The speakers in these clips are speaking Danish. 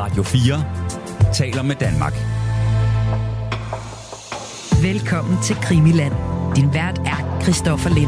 Radio 4 taler med Danmark. Velkommen til Krimiland. Din vært er Christoffer Lind.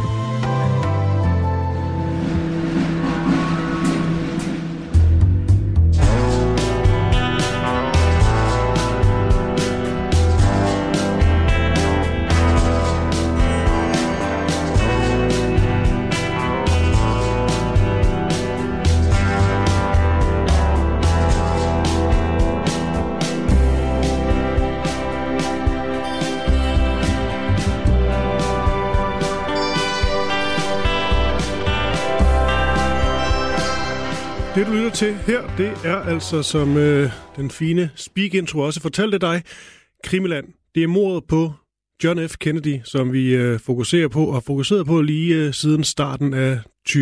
Det, du lytter til her, det er altså, som den fine speak-intro også fortalte dig, Krimiland. Det er mordet på John F. Kennedy, som vi fokuserer på og har fokuseret på lige siden starten af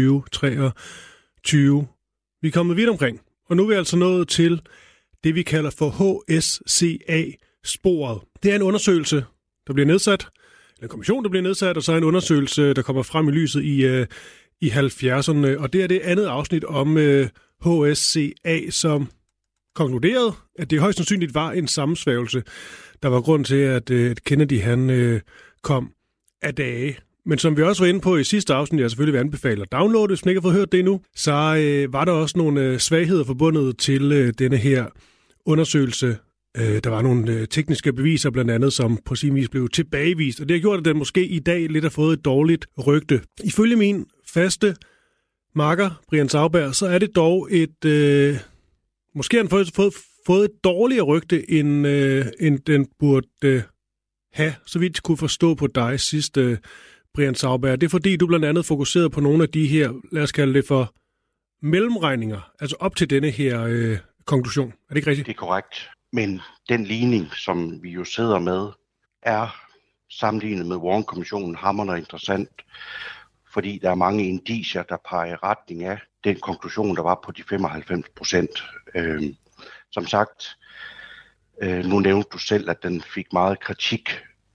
2023. Vi er kommet vidt omkring, og nu er vi altså nået til det, vi kalder for HSCA-sporet. Det er en undersøgelse, der bliver nedsat, en kommission, der bliver nedsat, og så en undersøgelse, der kommer frem i lyset i 70'erne, og det er det andet afsnit om HSCA, som konkluderede, at det højst sandsynligt var en sammensværgelse, der var grund til, at Kennedy han kom af dage. Men som vi også var inde på i sidste afsnit, jeg selvfølgelig vil anbefale at downloade, hvis man ikke har fået hørt det endnu, så var der også nogle svagheder forbundet til denne her undersøgelse. Der var nogle tekniske beviser blandt andet, som på sin vis blev tilbagevist, og det har gjort, at den måske i dag lidt har fået et dårligt rygte. Ifølge min faste makker, Brian Sauberg, så er det dog måske har han fået et dårligere rygte, end den burde have, så vidt kunne forstå på dig sidste, Brian Sauberg. Det er fordi, du blandt andet fokuserede på nogle af de her, lad os kalde det for mellemregninger, altså op til denne her konklusion. Er det ikke rigtigt? Det er korrekt. Men den ligning, som vi jo sidder med, er sammenlignet med Warren-kommissionen hamrende interessant, fordi der er mange indicier, der peger i retning af den konklusion, der var på de 95%. Som sagt, nu nævnte du selv, at den fik meget kritik.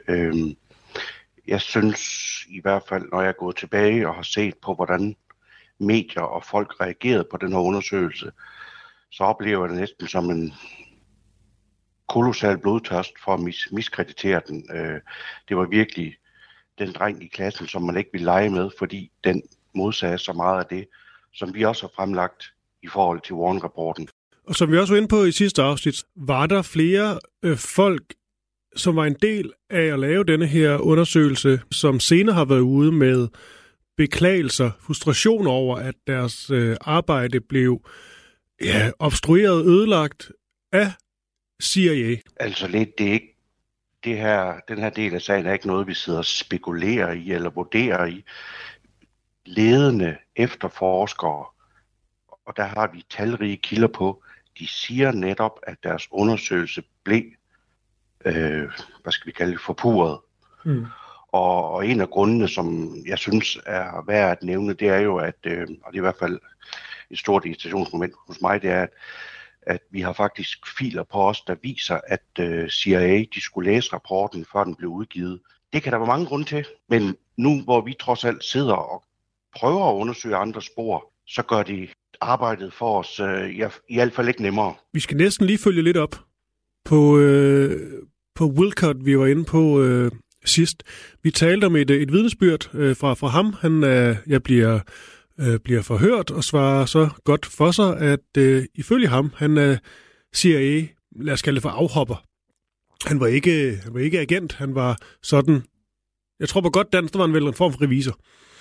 Jeg synes i hvert fald, når jeg er gået tilbage og har set på, hvordan medier og folk reagerede på den her undersøgelse, så oplever jeg det næsten som en kolossal blodtørst for at miskreditere den. Det var virkelig den dreng i klassen, som man ikke ville lege med, fordi den modsagde så meget af det, som vi også har fremlagt i forhold til Warren-rapporten. Og som vi også var inde på i sidste afsnit, var der flere folk, som var en del af at lave denne her undersøgelse, som senere har været ude med beklagelser, frustration over, at deres arbejde blev obstrueret, ødelagt af CIA. Altså lidt, det er ikke den her del af sagen er ikke noget, vi sidder og spekulerer i eller vurderer i. Ledende efterforskere, og der har vi talrige kilder på, de siger netop, at deres undersøgelse blev, forpurret. Og en af grundene, som jeg synes er værd at nævne, det er jo, at, og det er i hvert fald et stort irritationsmoment hos mig, det er, at vi har faktisk filer på os, der viser, at CIA de skulle læse rapporten, før den blev udgivet. Det kan der være mange grunde til, men nu hvor vi trods alt sidder og prøver at undersøge andre spor, så gør de arbejdet for os i hvert fald ikke nemmere. Vi skal næsten lige følge lidt op på Wilcott, vi var inde på sidst. Vi talte om et vidnesbyrd fra ham. Jeg bliver forhørt og svarer så godt for sig, at ifølge ham, han er CIA, lad os kalde det for afhopper. Han var ikke agent, han var sådan, jeg tror på godt dansk, der var han vel en form for revisor.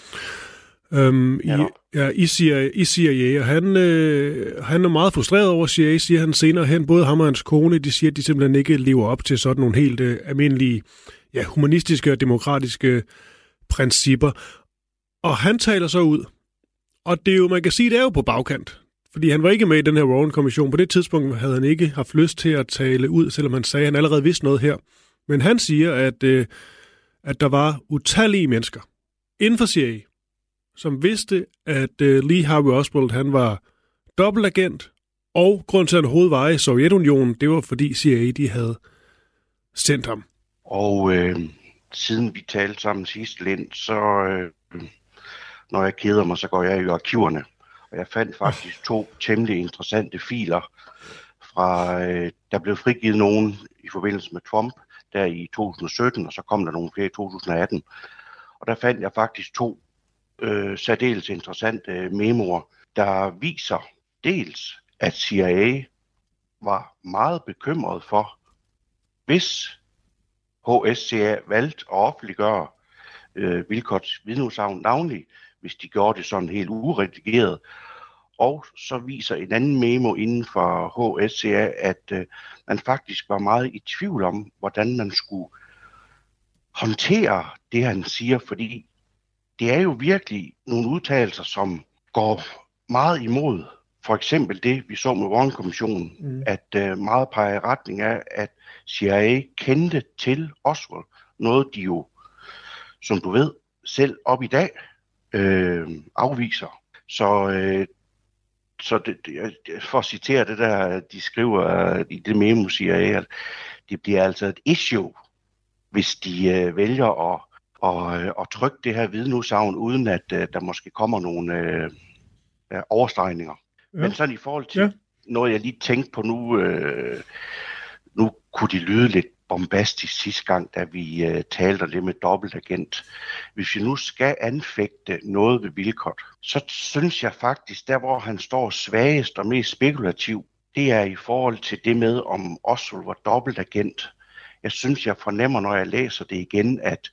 I CIA, og han er meget frustreret over CIA, siger han senere hen. Både ham og hans kone, de siger, at de simpelthen ikke lever op til sådan nogle helt almindelige humanistiske og demokratiske principper. Og han taler så ud. Og det er jo, man kan sige, det er jo på bagkant. Fordi han var ikke med i den her Warren-kommission. På det tidspunkt havde han ikke haft lyst til at tale ud, selvom han sagde, at han allerede vidste noget her. Men han siger, at der var utallige mennesker inden for CIA, som vidste, at Lee Harvey Oswald, han var dobbeltagent, og grund til, at han overhovedet var i Sovjetunionen, det var fordi CIA, de havde sendt ham. Og siden vi talte sammen sidst, Lind, så når jeg keder mig, så går jeg i arkiverne. Og jeg fandt faktisk 2 temmelig interessante filer fra der blev frigivet nogen i forbindelse med Trump der i 2017, og så kom der nogle flere i 2018. Og der fandt jeg faktisk 2 særdeles interessante memoer, der viser dels, at CIA var meget bekymret for, hvis HSCA valgte at offentliggøre Wilcotts vidneudsagn navnlig, hvis de gjorde det sådan helt uredigeret. Og så viser en anden memo inden for HSCA, at man faktisk var meget i tvivl om, hvordan man skulle håndtere det, han siger, fordi det er jo virkelig nogle udtalelser, som går meget imod for eksempel det, vi så med Warren-kommissionen, at meget peger i retning af, at CIA kendte til Oswald. Noget de jo, som du ved, selv op i dag afviser. Så det, for at citere det der, de skriver i det memo, CIA, at det bliver altså et issue, hvis de vælger at trykke det her vidneudsagn, uden at der måske kommer nogle overstregninger. Ja. Men sådan i forhold til noget, jeg lige tænkte på nu, nu kunne de lyde lidt bombastisk sidste gang, da vi talte om det med dobbeltagent. Hvis vi nu skal anfægte noget ved Wilcott, så synes jeg faktisk, der hvor han står svagest og mest spekulativ, det er i forhold til det med, om Oswald var dobbeltagent. Jeg synes, jeg fornemmer, når jeg læser det igen, at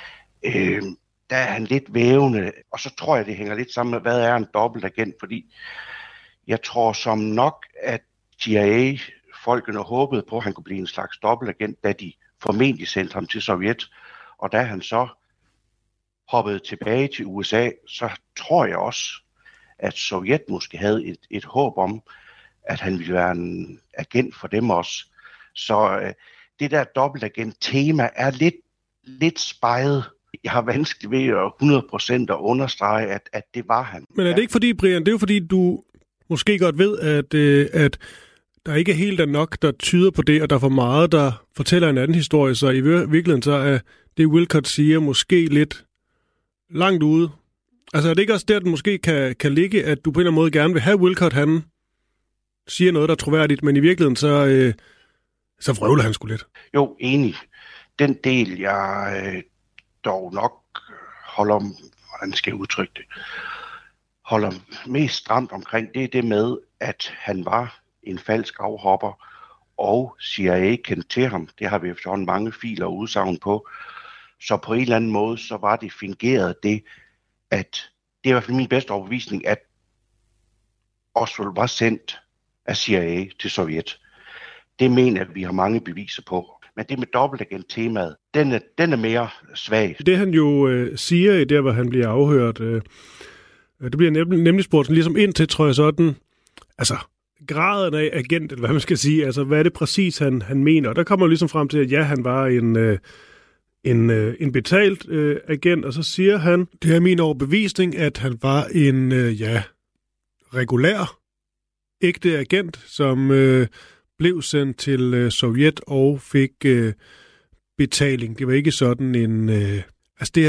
der er han lidt vævende, og så tror jeg, det hænger lidt sammen med, hvad er en dobbeltagent, fordi jeg tror som nok, at CIA-folkene håbede på, at han kunne blive en slags dobbeltagent, da de formentlig sendte ham til Sovjet, og da han så hoppede tilbage til USA, så tror jeg også, at Sovjet måske havde et håb om, at han ville være en agent for dem også. Så det der dobbeltagent-tema er lidt speget. Jeg har vanskeligt ved at 100% at understrege, at det var han. Men er det ikke fordi, Brian, det er jo fordi, du måske godt ved, at der ikke helt er nok, der tyder på det, og der er for meget, der fortæller en anden historie, så i virkeligheden så er det, Wilcott siger, måske lidt langt ude. Altså er det ikke også der, den måske kan ligge, at du på en eller anden måde gerne vil have Wilcott, han siger noget, der er troværdigt, men i virkeligheden så vrøvler han sgu lidt. Jo, enig. Den del, jeg dog nok holder, hvordan skal jeg udtrykke det, holder mest stramt omkring, det er det med, at han var en falsk afhopper, og CIA kendte til ham. Det har vi efterhånden mange filer og udsagn på. Så på en eller anden måde, så var det fingeret det, at det er i hvert fald min bedste overbevisning, at Oswald var sendt af CIA til Sovjet. Det mener jeg, at vi har mange beviser på. Men det med dobbeltagent-temaet, den er mere svag. Det han jo siger i der, hvor han bliver afhørt, det bliver nemlig spurgt ligesom ind til, tror jeg sådan, altså graden af agent, eller hvad man skal sige, altså hvad er det præcis, han mener? Og der kommer jo ligesom frem til, at ja, han var en betalt agent, og så siger han, det er min overbevisning, at han var en, regulær ægte agent, som blev sendt til Sovjet og fik betaling. Det var ikke sådan en... altså det her,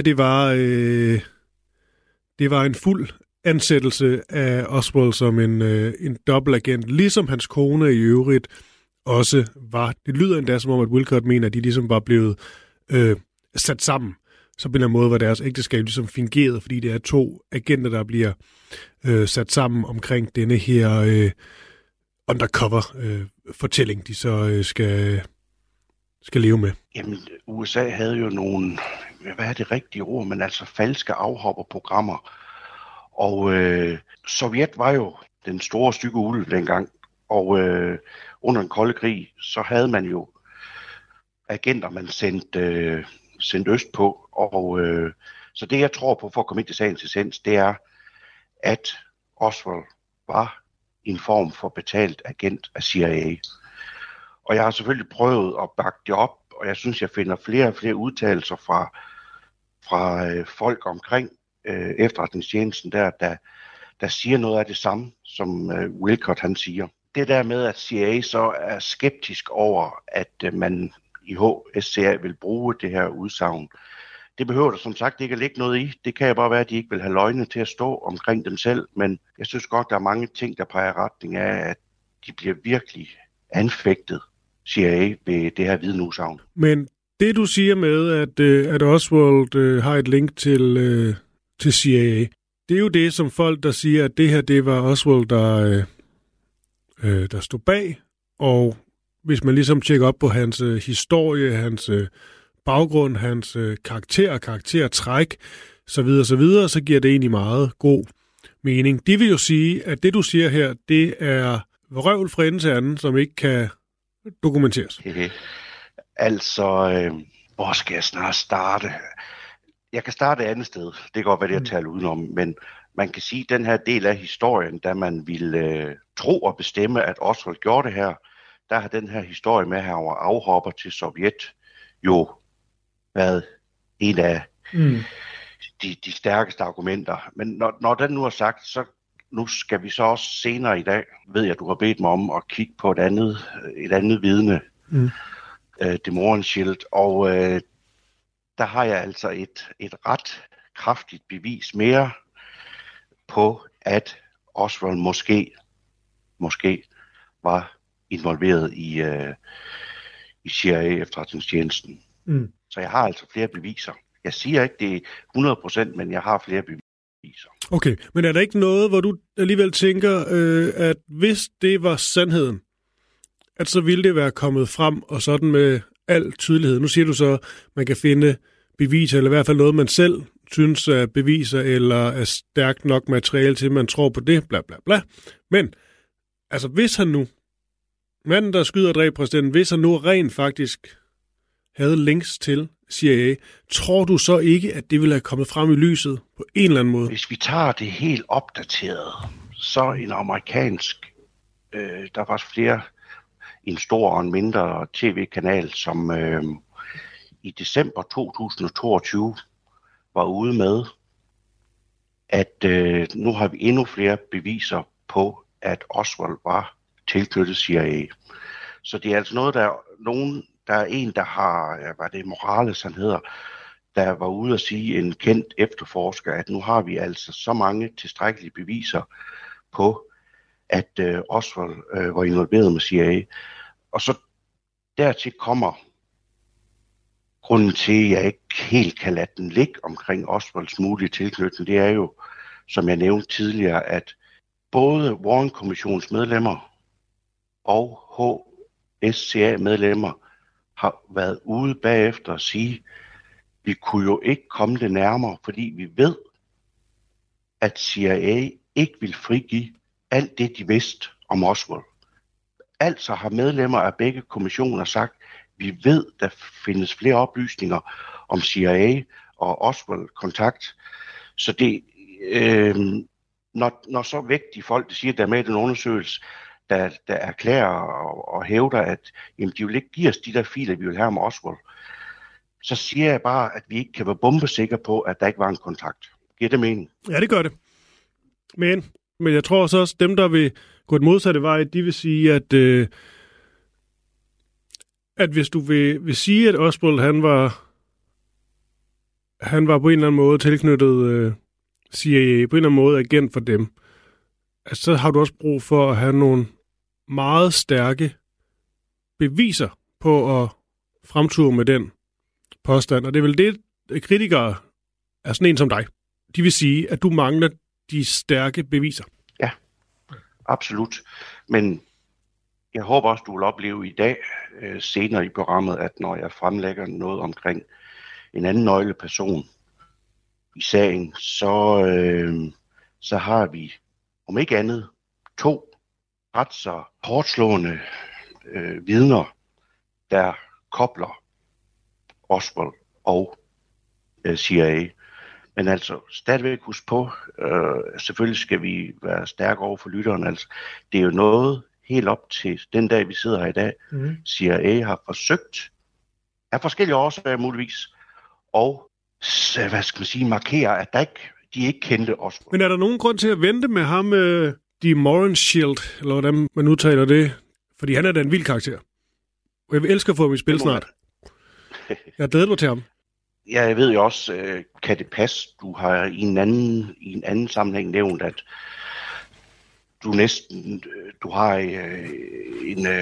det var en fuld ansættelse af Oswald som en dobbeltagent, ligesom hans kone i øvrigt også var. Det lyder endda som om, at Wilcott mener, at de ligesom var blevet sat sammen. Så på en måde var deres ægteskab ligesom fingeret, fordi det er 2 agenter, der bliver sat sammen omkring denne her undercover-fortælling, de så skal leve med. Jamen, USA havde jo nogle, hvad er det rigtige ord, men altså falske afhopperprogrammer. Og Sovjet var jo den store stykke ulv dengang, og under den kolde krig, så havde man jo agenter, man sendt øst på. Og så det, jeg tror på, for at komme ind til sagens essens, det er, at Oswald var en form for betalt agent af CIA. Og jeg har selvfølgelig prøvet at bakke det op, og jeg synes, jeg finder flere og flere udtalelser fra folk omkring efterretningstjenesten der siger noget af det samme, som Wilcott han siger. Det der med, at CIA så er skeptisk over, at man i HSCA vil bruge det her udsagn, det behøver der som sagt ikke at ligge noget i. Det kan jo bare være, at de ikke vil have løgne til at stå omkring dem selv, men jeg synes godt, der er mange ting, der peger i retning af, at de bliver virkelig anfægtet CIA ved det her vidneudsagn. Men det du siger med, at Oswald har et link til CIA, det er jo det, som folk, der siger, at det her, det var Oswald, der stod bag, og hvis man ligesom tjekker op på hans historie, hans baggrund, hans karaktertræk, så videre, så giver det egentlig meget god mening. De vil jo sige, at det du siger her, det er vrøvl fra ende til anden, som ikke kan dokumenteres. Altså, hvor skal jeg snart starte? Jeg kan starte et andet sted. Det kan godt være, det jeg taler udenom, men man kan sige, at den her del af historien, da man ville tro og bestemme, at Oswald gjorde det her, der har den her historie med, at han var afhopper til Sovjet, jo været en af de stærkeste argumenter. Men når den nu er sagt, så nu skal vi så også senere i dag, ved jeg, at du har bedt mig om at kigge på et andet vidne, Demorenschild, og der har jeg altså et ret kraftigt bevis mere på, at Oswald måske var involveret i CIA-efterretningstjenesten. Så jeg har altså flere beviser. Jeg siger ikke, det er 100%, men jeg har flere beviser. Okay, men er der ikke noget, hvor du alligevel tænker, at hvis det var sandheden, at så ville det være kommet frem, og sådan med al tydelighed? Nu siger du så, man kan finde beviser, eller i hvert fald noget, man selv synes er beviser, eller er stærkt nok materiale til, man tror på det, bla bla bla. Men, altså hvis han nu, manden der skyder og dræber præsidenten, hvis han nu rent faktisk havde links til CIA, tror du så ikke, at det ville have kommet frem i lyset på en eller anden måde? Hvis vi tager det helt opdateret, så en amerikansk, der er faktisk flere, en stor og en mindre tv-kanal, som i december 2022 var ude med, at nu har vi endnu flere beviser på, at Oswald var tilknyttet CIA. Så det er altså noget, der er en, der har, hvad det er, Morales, han hedder, der var ude at sige, en kendt efterforsker, at nu har vi altså så mange tilstrækkelige beviser på, at Oswald var involveret med CIA. Og så dertil kommer grunden til, at jeg ikke helt kan lade den ligge omkring Oswalds mulige tilknytning, det er jo, som jeg nævnte tidligere, at både Warren-kommissionens medlemmer og HSCA-medlemmer har været ude bagefter og sige, vi kunne jo ikke komme det nærmere, fordi vi ved, at CIA ikke vil frigive alt det, de vidste om Oswald. Altså har medlemmer af begge kommissioner sagt, vi ved, der findes flere oplysninger om CIA og Oswald-kontakt. Så det, når så vægtige folk, der siger, der er med i den undersøgelse, der erklærer og hævder, at jamen, de vil ikke give os de der filer, vi vil have om Oswald, så siger jeg bare, at vi ikke kan være bombesikre på, at der ikke var en kontakt. Giver det mening? Ja, det gør det. Men jeg tror så også, dem, der vil gå den modsatte vej, de vil sige, at hvis du vil sige, at Oswald, han var på en eller anden måde tilknyttet CIA, på en eller anden måde agent for dem, altså, så har du også brug for at have nogle meget stærke beviser på at fremture med den påstand. Og det er vel det, kritikere er sådan en som dig. De vil sige, at du mangler de stærke beviser. Ja, absolut. Men jeg håber også, du vil opleve i dag, senere i programmet, at når jeg fremlægger noget omkring en anden nøgleperson i sagen, så har vi, om ikke andet, 2 ret så hårdslående vidner, der kobler Oswald og CIA. Men altså, stadigvæk husk på, selvfølgelig skal vi være stærke over for lytteren. Altså, det er jo noget helt op til den dag, vi sidder her i dag. CIA har forsøgt, af forskellige årsager muligvis, og hvad skal man sige, markere, at de ikke kendte Oswald. Men er der nogen grund til at vente med ham, Demorenschild, eller hvordan man udtaler det? Fordi han er da en vild karakter. Og jeg vil elske at få ham i spil snart. Jeg glæder mig til ham. Ja, jeg ved jo også, kan det passe, du har i en anden sammenhæng nævnt, at du har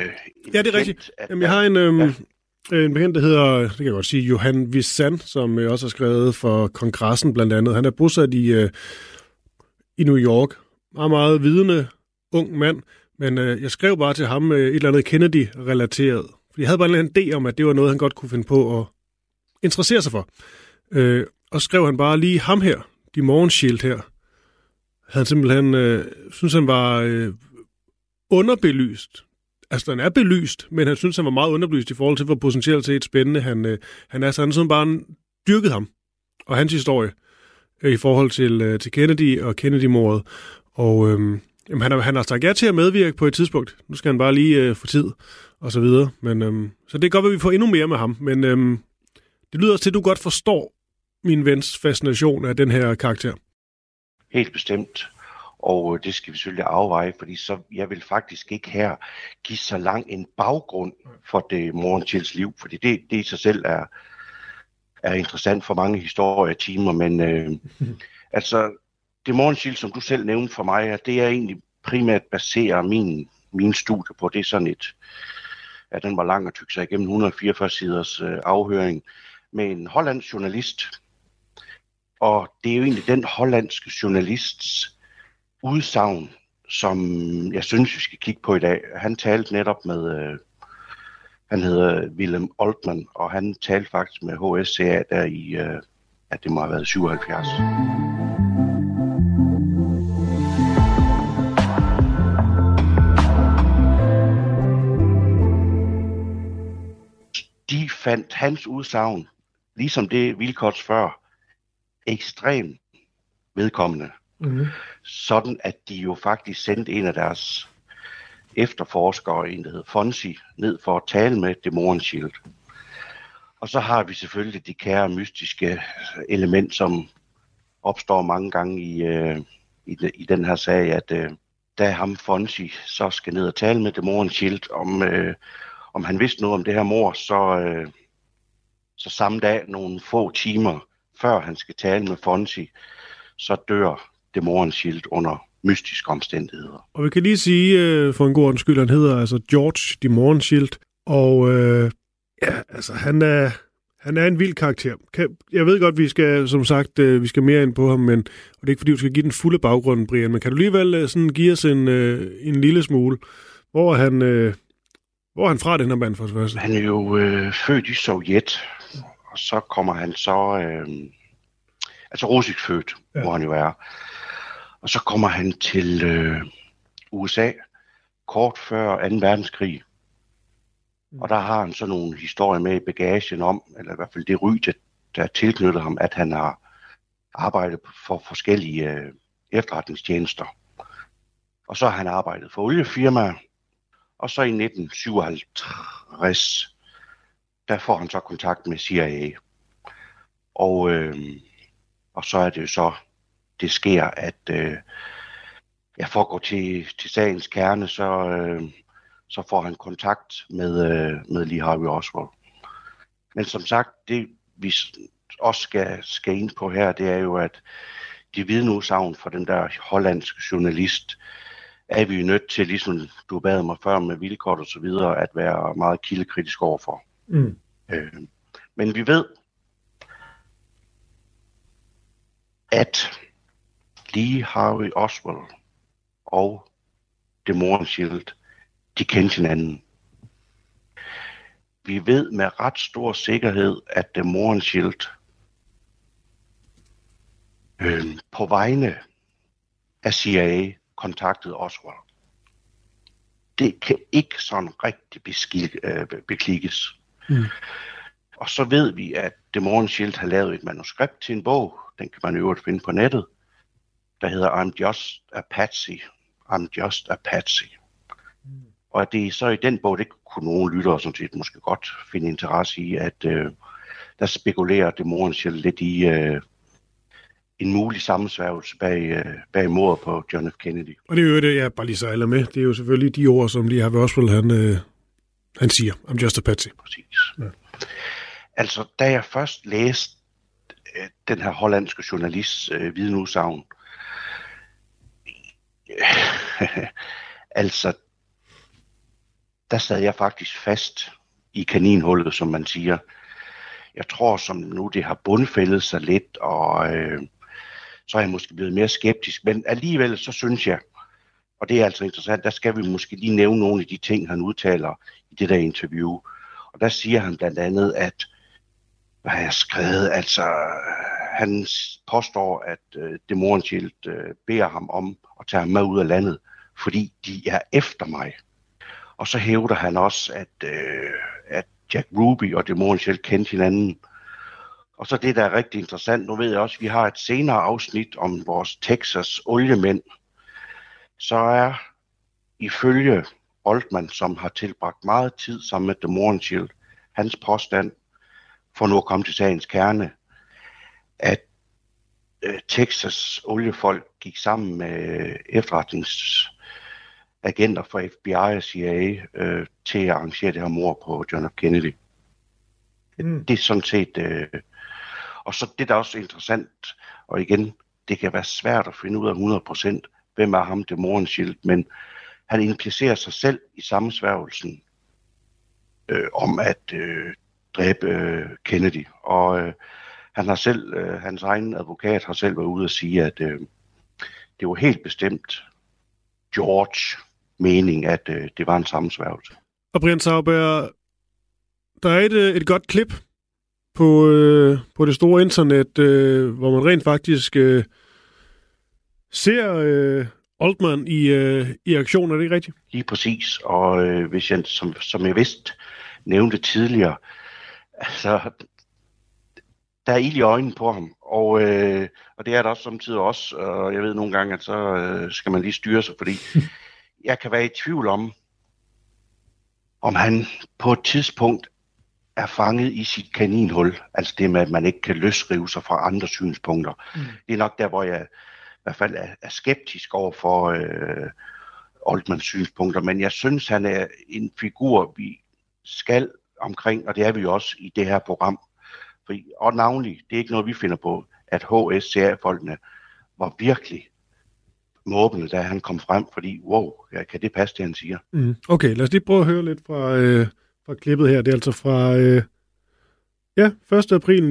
Ja, det er rigtigt. Jamen, jeg har en bekendt, der hedder, det kan jeg godt sige, Johan Vissan, som også har skrevet for Kongressen blandt andet. Han er bosat i New York. Meget, meget vidende ung mand, men jeg skrev bare til ham et eller andet Kennedy-relateret. Fordi jeg havde bare en idé om, at det var noget, han godt kunne finde på at interessere sig for. Og skrev han bare lige ham her, de morgenshield her, han simpelthen, synes han var underbelyst. Altså, den er belyst, men han synes, han var meget underbelyst i forhold til, hvor potentielt set spændende han er. Så han sådan bare dyrket ham og hans historie i forhold til Kennedy og Kennedy-mordet. Og han har sagt ja til at medvirke på et tidspunkt. Nu skal han bare lige få tid og så videre. Men, så det er godt, at vi får endnu mere med ham. Men det lyder også til, at du godt forstår min vens fascination af den her karakter. Helt bestemt. Og det skal vi selvfølgelig afveje, fordi så jeg vil faktisk ikke her give så lang en baggrund for det Morgenshilds liv, fordi det i sig selv er interessant for mange historietimer, men altså det Morgenshield, som du selv nævnte for mig, det er egentlig primært baserer min studie på. Det er sådan den var lang og tyk sig igennem 144 siders afhøring med en hollandsk journalist. Og det er jo egentlig den hollandske journalists udsagn, som jeg synes, vi skal kigge på i dag. Han talte netop med, han hedder Willem Oltmann, og han talte faktisk med HSCA der i, at det må have været 77. De fandt hans udsagn, ligesom det Wilcox før, ekstremt vedkommende. Mm-hmm. Sådan at de jo faktisk sendte en af deres efterforskere, en der hed Fonsi, ned for at tale med det Morgenshield. Og så har vi selvfølgelig det kære mystiske element, som opstår mange gange i den her sag, at da ham Fonsi så skal ned og tale med det Morgenshield, om han vidste noget om det her mord, så samme dag, nogle få timer før han skal tale med Fonsi, så dør det Morgenshield under mystiske omstændigheder. Og vi kan lige sige, for en god undskyld, han hedder altså George de Morgenshield, og altså han er en vild karakter. Jeg ved godt, vi skal, som sagt, vi skal mere ind på ham, men og det er ikke fordi, du skal give den fulde baggrund, Brian, men kan du alligevel sådan give os en lille smule, hvor er han fra, den her mand for det første? Han er jo født i Sovjet, og så kommer han så, altså russisk født, hvor han jo er. Og så kommer han til USA kort før 2. verdenskrig. Og der har han så nogle historier med i bagagen om, eller i hvert fald det rygte, der tilknytter ham, at han har arbejdet for forskellige efterretningstjenester. Og så har han arbejdet for oliefirmaer. Og så i 1957, der får han så kontakt med CIA. Og så er det jo så, det sker, at for at gå til sagens kerne, så får han kontakt med Lee Harvey Oswald. Men som sagt, det vi også skal ind på her, det er jo, at de vidneudsagn for den der hollandske journalist, er vi jo nødt til, ligesom du bad mig før med Wilcox og så videre, at være meget kildekritisk overfor. Mm. Men vi ved, at Lee Harvey Oswald og det Morgenshield, de kendte hinanden. Vi ved med ret stor sikkerhed, at det Morgenshield på vegne af CIA kontaktede Oswald. Det kan ikke sådan rigtig beklikkes. Mm. Og så ved vi, at det Morgenshield har lavet et manuskript til en bog, den kan man i øvrigt finde på nettet, der hedder I'm Just a Patsy. I'm Just a Patsy. Mm. Og det er så i den bog, det kunne nogle lyttere sådan set måske godt finde interesse i, at der spekulerer det Morgenshield lidt i en mulig sammensværgelse bag mordet på John F. Kennedy. Og det er jo det, jeg bare lige sejler med. Det er jo selvfølgelig de ord, som Lee Harvey Oswald han siger. I'm just a patsy. Præcis. Ja. Altså, da jeg først læste den her hollandske journalists vidneudsagn, altså, der sad jeg faktisk fast i kaninhullet, som man siger. Jeg tror, som nu det har bundfældet sig lidt, og så er jeg måske blevet mere skeptisk. Men alligevel så synes jeg, og det er altså interessant, der skal vi måske lige nævne nogle af de ting, han udtaler i det der interview. Og der siger han blandt andet, at, hvad har jeg skrevet, altså han påstår, at De Mohrenschildt beder ham om at tage ham med ud af landet, fordi de er efter mig. Og så hævder han også, at Jack Ruby og De Mohrenschildt kendte hinanden. Og så det, der er rigtig interessant, nu ved jeg også, at vi har et senere afsnit om vores Texas oliemænd. Så er ifølge Altman, som har tilbragt meget tid sammen med De Mohrenschildt, hans påstand, for nu at komme til sagens kerne, at Texas oliefolk gik sammen med efterretningsagenter for FBI og CIA til at arrangere det her mord på John F. Kennedy. Det er sådan set... og så det, der er også interessant, og igen, det kan være svært at finde ud af 100%, hvem er ham, De Mohrenschildt, men han implicerer sig selv i sammensværgelsen om at dræbe Kennedy. Og han har selv, hans egen advokat har selv været ude og sige, at det var helt bestemt George mening, at det var en sammensværgelse. Og Brian Sauerberg, der er et godt klip på det store internet, hvor man rent faktisk ser Altman i aktion, er det ikke rigtigt? Lige præcis, og hvis jeg, som jeg vist nævnte tidligere, altså, der er ild i øjnene på ham, og det er der også samtidig også, og jeg ved nogle gange, at så skal man lige styre sig, fordi jeg kan være i tvivl om han på et tidspunkt er fanget i sit kaninhul, altså det med, at man ikke kan løsrive sig fra andre synspunkter. Det er nok der, hvor jeg i hvert fald er skeptisk over for Altmans synspunkter, men jeg synes, han er en figur, vi skal omkring, og det er vi jo også i det her program. Og navnlig, det er ikke noget, vi finder på, at HSCA-folkene var virkelig måbende, da han kom frem, fordi, wow, kan det passe, det han siger? Okay, lad os lige prøve at høre lidt fra klippet her. Det er altså fra 1. april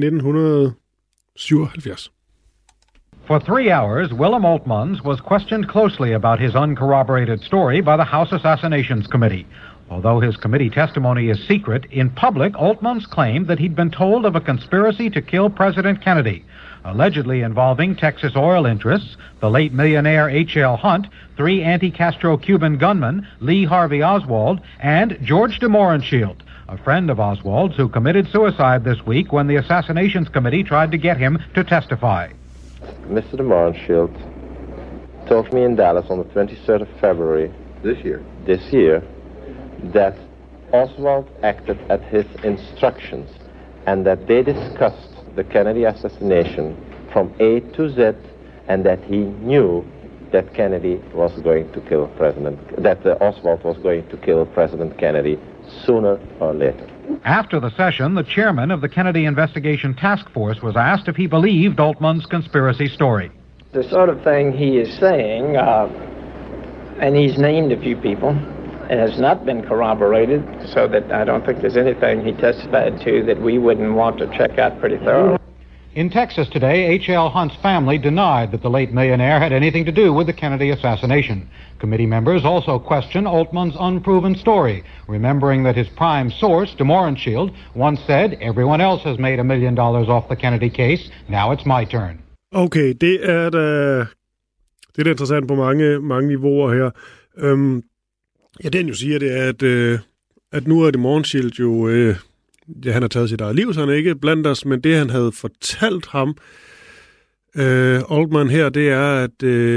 1977. For 3 hours, Willem Oltmans was questioned closely about his uncorroborated story by the House Assassinations Committee. Although his committee testimony is secret, in public, Oltmans claimed that he'd been told of a conspiracy to kill President Kennedy, allegedly involving Texas oil interests, the late millionaire H.L. Hunt, 3 anti-Castro Cuban gunmen, Lee Harvey Oswald, and George de Mohrenschildt, a friend of Oswald's who committed suicide this week when the Assassinations Committee tried to get him to testify. Mr. de Mohrenschildt told me in Dallas on the 23rd of February this year that Oswald acted at his instructions and that they discussed the Kennedy assassination from A to Z and that he knew that Kennedy was going to kill Oswald was going to kill President Kennedy sooner or later. After the session, the chairman of the Kennedy Investigation Task Force was asked if he believed Altman's conspiracy story. The sort of thing he is saying, and he's named a few people, it has not been corroborated, so that I don't think there's anything he testified to that we wouldn't want to check out pretty thoroughly. In Texas today, H.L. Hunt's family denied that the late millionaire had anything to do with the Kennedy assassination. Committee members also question Altman's unproven story, remembering that his prime source, De Mohrenschildt, once said, "Everyone else has made $1 million off the Kennedy case. Now it's my turn." Okay, det er da interessant på mange niveauer her. Den jo siger, det er, at nu er De Mohrenschildt jo... han har taget sit eget liv, så han er ikke blandt os, men det, han havde fortalt ham, Altman her, det er,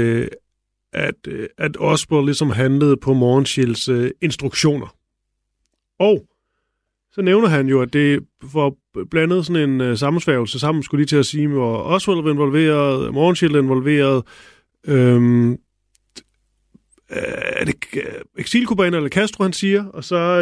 at Oswald ligesom handlede på Mohrenschildts instruktioner. Og så nævner han jo, at det var blandet sådan en sammensværgelse sammen, skulle lige til at sige, hvor Oswald var involveret, Mohrenschildt er involveret, er det eksilkubaner eller Castro, han siger, og så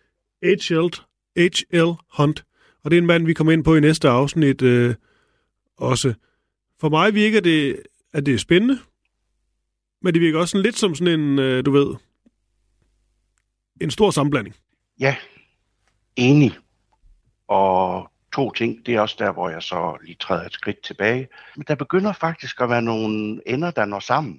H.L. Hunt. Og det er en mand, vi kommer ind på i næste afsnit også. For mig virker det, at det er spændende, men det virker også sådan lidt som sådan en, en stor sammenblanding. Ja, enig. Og 2 ting, det er også der, hvor jeg så lige træder et skridt tilbage. Men der begynder faktisk at være nogle ender, der når sammen.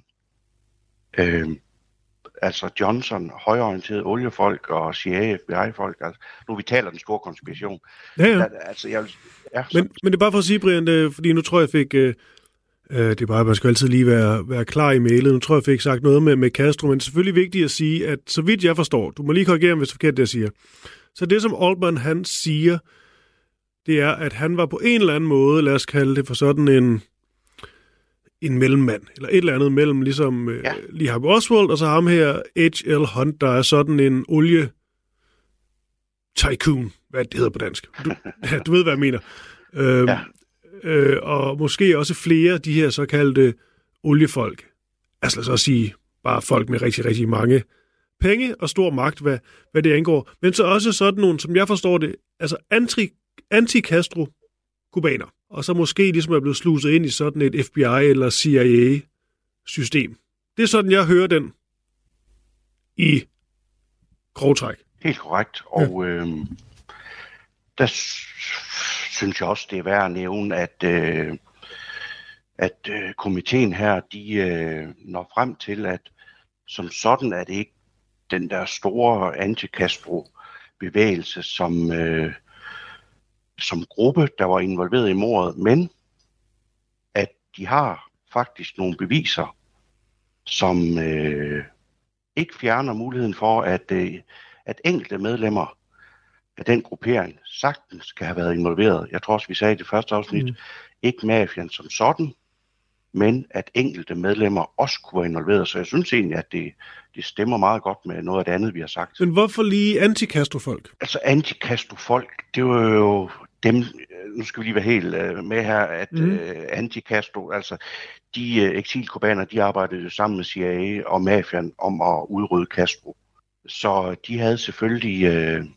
Altså Johnson, højorienterede oliefolk og CIA, FBI-folk. Altså, nu vi taler den store konspiration. Ja. Men det er bare for at sige, Brian, fordi nu tror jeg fik... det er bare, man skal altid lige være klar i mailet. Nu tror jeg fik sagt noget med Castro, men det er selvfølgelig vigtigt at sige, at så vidt jeg forstår, du må lige korrigere, hvis det er forkert, det jeg siger. Så det, som Altman han siger, det er, at han var på en eller anden måde, lad os kalde det for sådan en mellemmand, eller et eller andet mellem ligesom Lee Harvey Oswald, og så ham her, H.L. Hunt, der er sådan en olie tycoon, hvad det hedder på dansk. Du ved, hvad jeg mener. Og måske også flere af de her såkaldte oliefolk. Altså lad os også sige, bare folk med rigtig, rigtig mange penge og stor magt, hvad det angår. Men så også sådan nogle, som jeg forstår det, altså anti-Castro-kubaner. Og så måske ligesom er blevet sluset ind i sådan et FBI eller CIA-system. Det er sådan, jeg hører den i grovtræk. Helt korrekt. Og der synes jeg også, det er værd at nævne, at komiteen her, de når frem til, at som sådan er det ikke den der store anti-Castro-bevægelse, som gruppe, der var involveret i mordet, men at de har faktisk nogle beviser, som ikke fjerner muligheden for, at enkelte medlemmer af den gruppering sagtens skal have været involveret. Jeg tror også, vi sagde i det første afsnit, ikke mafian som sådan, men at enkelte medlemmer også kunne være involveret. Så jeg synes egentlig, at det stemmer meget godt med noget af det andet, vi har sagt. Men hvorfor lige anti-Castro-folk? Altså anti-Castro-folk, det var jo dem, nu skal vi lige være helt med her, at anti-Castro, altså de eksilkubaner, de arbejdede sammen med CIA og mafian om at udrydde Castro. Så de havde selvfølgelig,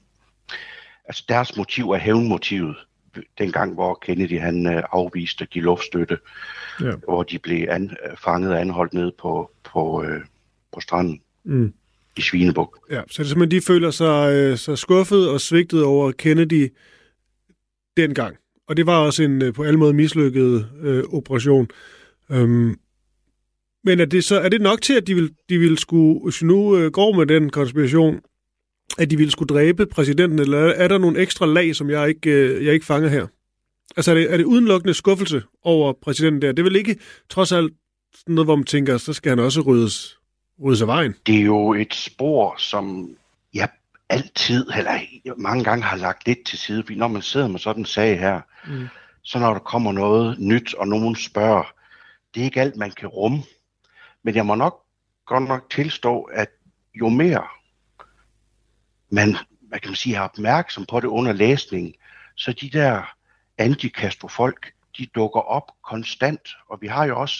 altså deres motiv er hævnmotivet, dengang hvor Kennedy han afviste at give luftstøtte, hvor de blev fanget og anholdt nede på stranden i Svinebuk. Ja, så det er simpelthen, de føler sig så skuffet og svigtet over Kennedy dengang. Og det var også en på alle måder mislykket operation. Men er det nok til, at de vil skulle, hvis nu går med den konspiration, at de ville skulle dræbe præsidenten, eller er der nogle ekstra lag, som jeg ikke fanger her? Altså er det udelukkende skuffelse over præsidenten der? Det er vel ikke trods alt noget, hvor man tænker, så skal han også ryddes af vejen? Det er jo et spor, som jeg altid, eller mange gange har lagt lidt til side, fordi når man sidder med sådan en sag her, så når der kommer noget nyt, og nogen spørger, det er ikke alt, man kan rumme. Men jeg må godt nok tilstå, at jo mere man kan man sige, er opmærksom på det under læsningen, så de der anti-Castro-folk, de dukker op konstant. Og vi har jo også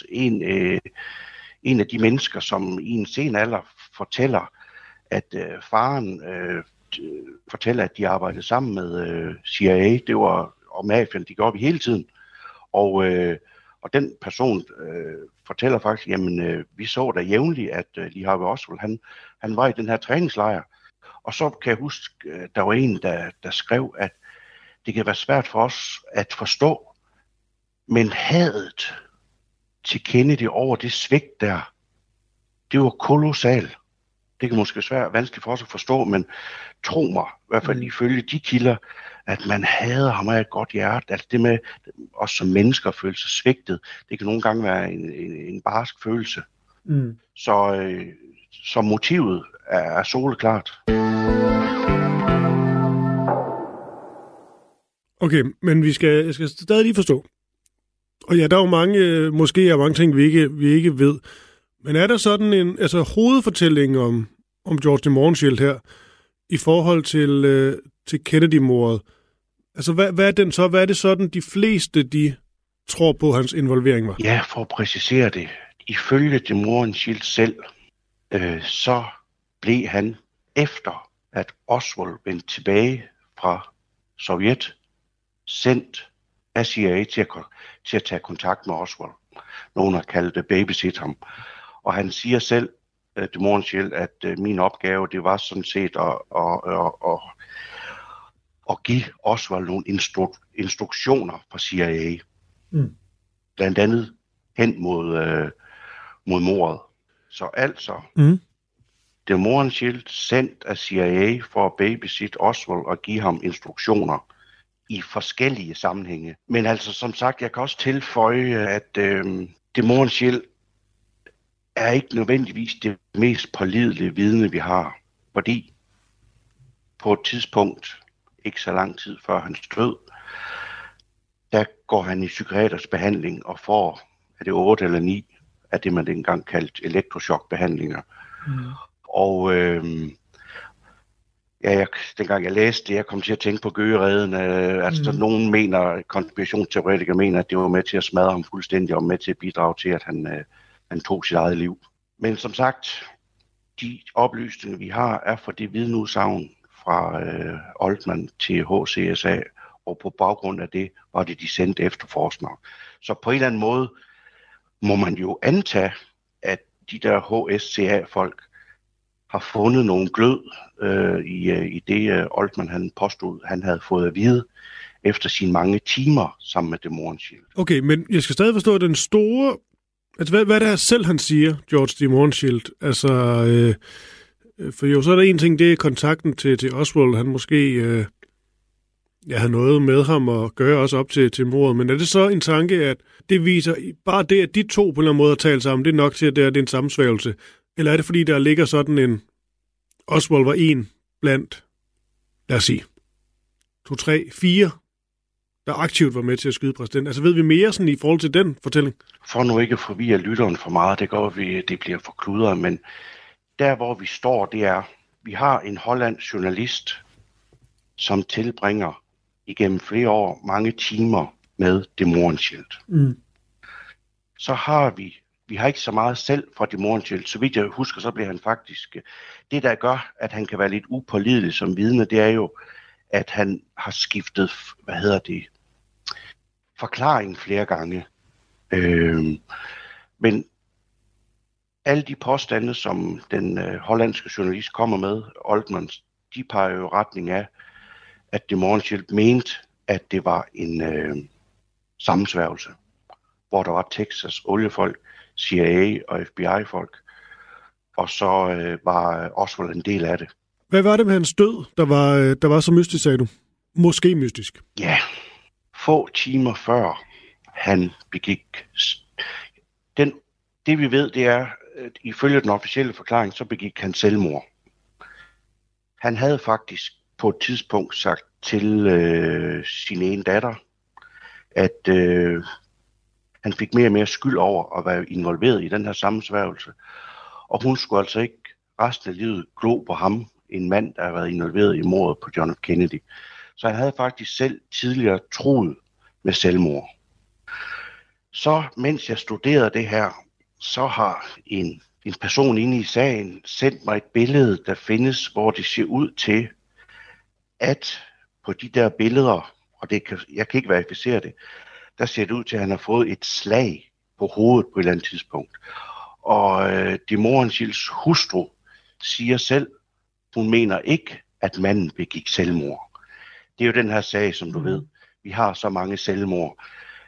en af de mennesker, som i en sen alder fortæller, at faren fortæller, at de arbejdede sammen med CIA, det var og mafian, de gjorde vi hele tiden. Og den person fortæller faktisk, jamen vi så da jævnligt, at Lee Harvey Oswald, han var i den her træningslejr. Og så kan jeg huske, der var en, der skrev, at det kan være svært for os at forstå, men hadet til Kennedy over det svigt der, det var kolossalt. Det kan måske være vanskeligt for os at forstå, men tro mig, i hvert fald ifølge de kilder, at man hader ham af et godt hjerte. Altså det med os som mennesker føle sig svigtet, det kan nogle gange være en barsk følelse. Så motivet er soleklart. Okay, men jeg skal stadig lige forstå. Og ja, der er jo mange ting, vi ikke ved. Men er der sådan en hovedfortælling om George Demontiel her, i forhold til Kennedy-mordet? Altså, hvad er den så? Hvad er det sådan, de fleste, de tror på, hans involvering var? Ja, for at præcisere det. Ifølge Demontiel selv, så blev han, efter at Oswald vendte tilbage fra Sovjet, sendt af CIA til at tage kontakt med Oswald. Nogen har kaldt det babysit ham. Og han siger selv, DeMoran Shield, at min opgave, det var sådan set at give Oswald nogle instruktioner fra CIA. Blandt andet hen mod mordet. Så altså, DeMoran Shield sendt af CIA for at babysitte Oswald og give ham instruktioner i forskellige sammenhænge. Men altså, som sagt, jeg kan også tilføje, at DeMoran Shield er ikke nødvendigvis det mest pålidelige vidne, vi har. Fordi på et tidspunkt, ikke så lang tid før hans død, der går han i psykiatrisk behandling og får, er det 8 eller 9, af det man dengang kaldte elektrochokbehandlinger. Og dengang jeg læste det, jeg kom til at tænke på Gøgereden. Altså, nogen mener, konspirationsteoretikere mener, at det var med til at smadre ham fuldstændig, og med til at bidrage til, at han tog sit eget liv. Men som sagt, de oplysninger, vi har, er for det vidneudsagn fra Altman til HCSA, og på baggrund af det var det de sendte efterforskere. Så på en eller anden måde må man jo antage, at de der HSCA-folk har fundet nogle glød i det Altman han påstod, han havde fået at vide efter sine mange timer sammen med DeMoran Shield. Okay, men jeg skal stadig forstå, at den store... Altså, hvad er det her selv, han siger, George DeMoran Shield? Altså, for jo, så er der en ting, det er kontakten til Oswald. Han måske havde noget med ham og gøre også op til mordet. Men er det så en tanke, at det viser bare det, at de to på en eller anden måde har talt sammen, det er nok til, at det er en sammensværgelse? Eller er det, fordi der ligger sådan en... Oswald var en blandt, lad os sige, 2, 3, 4, der aktivt var med til at skyde præsidenten. Altså ved vi mere sådan i forhold til den fortælling? For nu ikke at forvirre lytteren for meget, det går vi, det bliver for kludret, men der hvor vi står, det er, vi har en hollandsk journalist, som tilbringer igennem flere år mange timer med DeMoran Shield. Så har vi har ikke så meget selv fra DeMoran Shield. Så vidt jeg husker, så bliver han faktisk... Det, der gør, at han kan være lidt upålidelig som vidne, det er jo, at han har skiftet, forklaring flere gange. Men alle de påstande, som den hollandske journalist kommer med, Altman, de peger jo retning af, at DeMoran Shield mente, at det var en sammensværgelse, hvor der var Texas oliefolk, CIA og FBI-folk, og så var Oswald en del af det. Hvad var det med hans død, der var så mystisk, sagde du? Måske mystisk. Ja, få timer før han begik... Det vi ved, det er, at ifølge den officielle forklaring, så begik han selvmord. Han havde faktisk på et tidspunkt sagt til sin ene datter, at han fik mere og mere skyld over at være involveret i den her sammensværgelse. Og hun skulle altså ikke resten af livet glo på ham, en mand, der har været involveret i mordet på John F. Kennedy. Så han havde faktisk selv tidligere troet med selvmord. Så mens jeg studerede det her, så har en person inde i sagen sendt mig et billede, der findes, hvor det ser ud til, at på de der billeder, og jeg kan ikke verificere det, der ser det ud til, at han har fået et slag på hovedet på et eller andet tidspunkt. Og DeMoran Shields hustru siger selv, hun mener ikke, at manden begik selvmord. Det er jo den her sag, som du ved. Vi har så mange selvmord.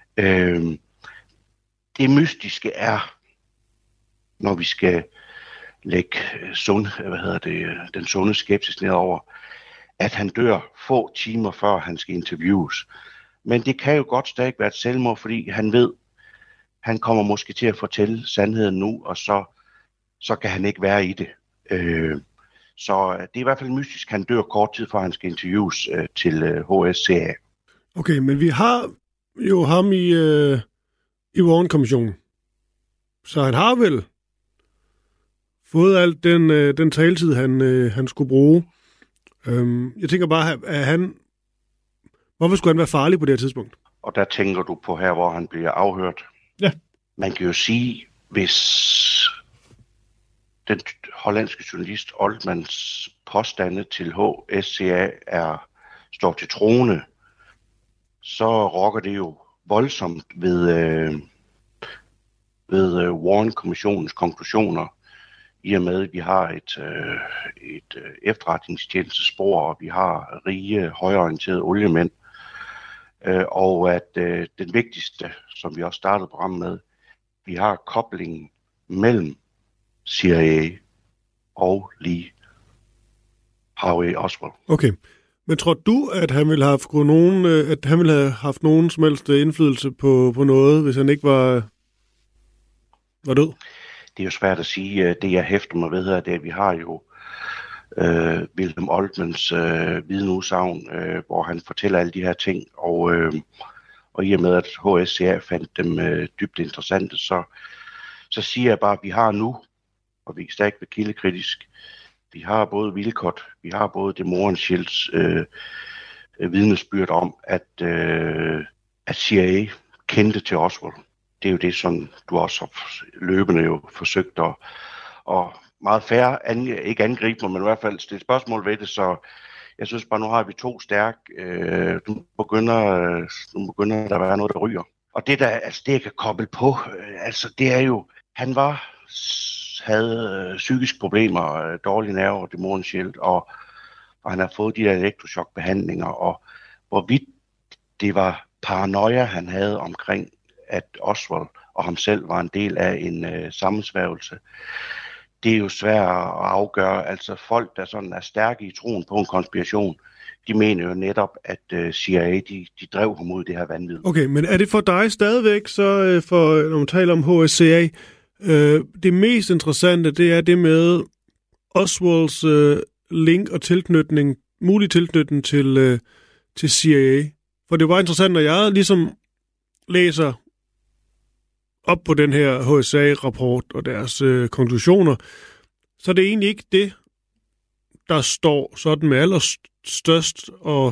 Det mystiske er, når vi skal lægge den sunde skepsis nedover, at han dør få timer før han skal interviews. Men det kan jo godt stadig være et selvmord, fordi han ved, han kommer måske til at fortælle sandheden nu, og så kan han ikke være i det. Så det er i hvert fald mystisk, han dør kort tid før han skal interviews til HSCA. Okay, men vi har jo ham i Warren-kommissionen. Så han har vel fået alt den taletid, han skulle bruge. Jeg tænker bare, hvorfor skulle han være farlig på det her tidspunkt? Og der tænker du på her, hvor han bliver afhørt. Ja. Man kan jo sige, hvis den hollandske journalist Altmans påstande til HSCA står til troende, så rokker det jo voldsomt ved Warren-kommissionens konklusioner i og med, at vi har et efterretningstjenestespor, og vi har rige, højorienterede oliemænd. Og at den vigtigste, som vi også startede programmet med, vi har koblingen mellem CIA og Lee Harvey Oswald. Okay. Men tror du, at han ville have haft nogen som helst indflydelse på noget, hvis han ikke var død? Det er jo svært at sige. Det jeg hæfter mig ved her, det er, at vi har jo Wilhelm Oltmanns vidneudsagn, hvor han fortæller alle de her ting, og i og med, at HSCA fandt dem dybt interessante, så siger jeg bare, at vi har nu, og vi er stærkt ved kildekritisk, vi har både Wilcott, vi har både de Mohrenschilds vidnesbyrd om, at CIA kendte til Oswald. Det er jo det, som du også har løbende jo forsøgt at meget fair, ikke angribe mig, men i hvert fald stille spørgsmål ved det, så jeg synes bare, nu har vi to stærke, nu begynder der at være noget, der ryger. Og det jeg kan koble på, det er jo, han havde psykiske problemer, dårlige nerver, Mohrenschildt, og han har fået de der elektrochokbehandlinger, og hvorvidt det var paranoia, han havde omkring, at Oswald og ham selv var en del af en sammensværgelse. Det er jo svært at afgøre. Altså folk, der sådan er stærke i troen på en konspiration, de mener jo netop, at CIA, de drev ham ud i det her vanvid. Okay, men er det for dig stadigvæk, så når man taler om HSCA, det mest interessante, det er det med Oswalds link og mulig tilknytning til CIA. For det var interessant, når jeg ligesom læser op på den her HSA-rapport og deres konklusioner, så er det egentlig ikke det, der står sådan med allerstørst og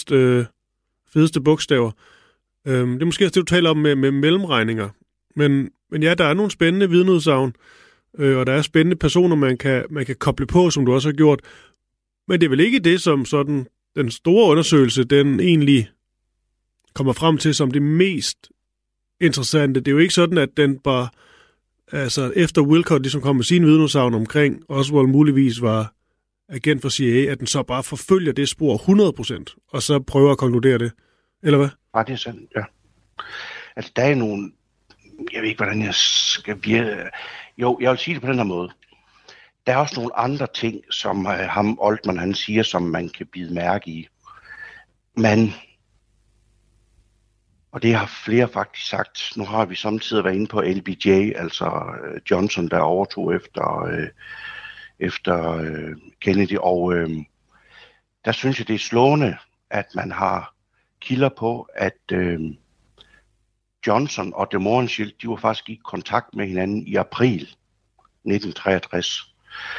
fedeste bogstaver. Det er måske også det, du taler om med mellemregninger. Men ja, der er nogle spændende vidneudsagn, og der er spændende personer, man kan koble på, som du også har gjort. Men det er vel ikke det, som sådan den store undersøgelse, den egentlig kommer frem til som det mest interessante. Det er jo ikke sådan, at den bare, altså efter Wilcott ligesom kom med sin vidneudsagn omkring Oswald muligvis var agent for CIA, at den så bare forfølger det spor 100%, og så prøver at konkludere det. Eller hvad? Ja, det er sådan, ja. Altså, der er nogle, jeg ved ikke, hvordan jeg skal virke. Jo, jeg vil sige det på den her måde. Der er også nogle andre ting, som ham Oltmann, han siger, som man kan bide mærke i. Men, og det har flere faktisk sagt, nu har vi samtidig været inde på LBJ, altså Johnson, der overtog efter Kennedy, og der synes jeg, det er slående, at man har kilder på, at Johnson og de Mohrenschildt, de var faktisk i kontakt med hinanden i april 1963.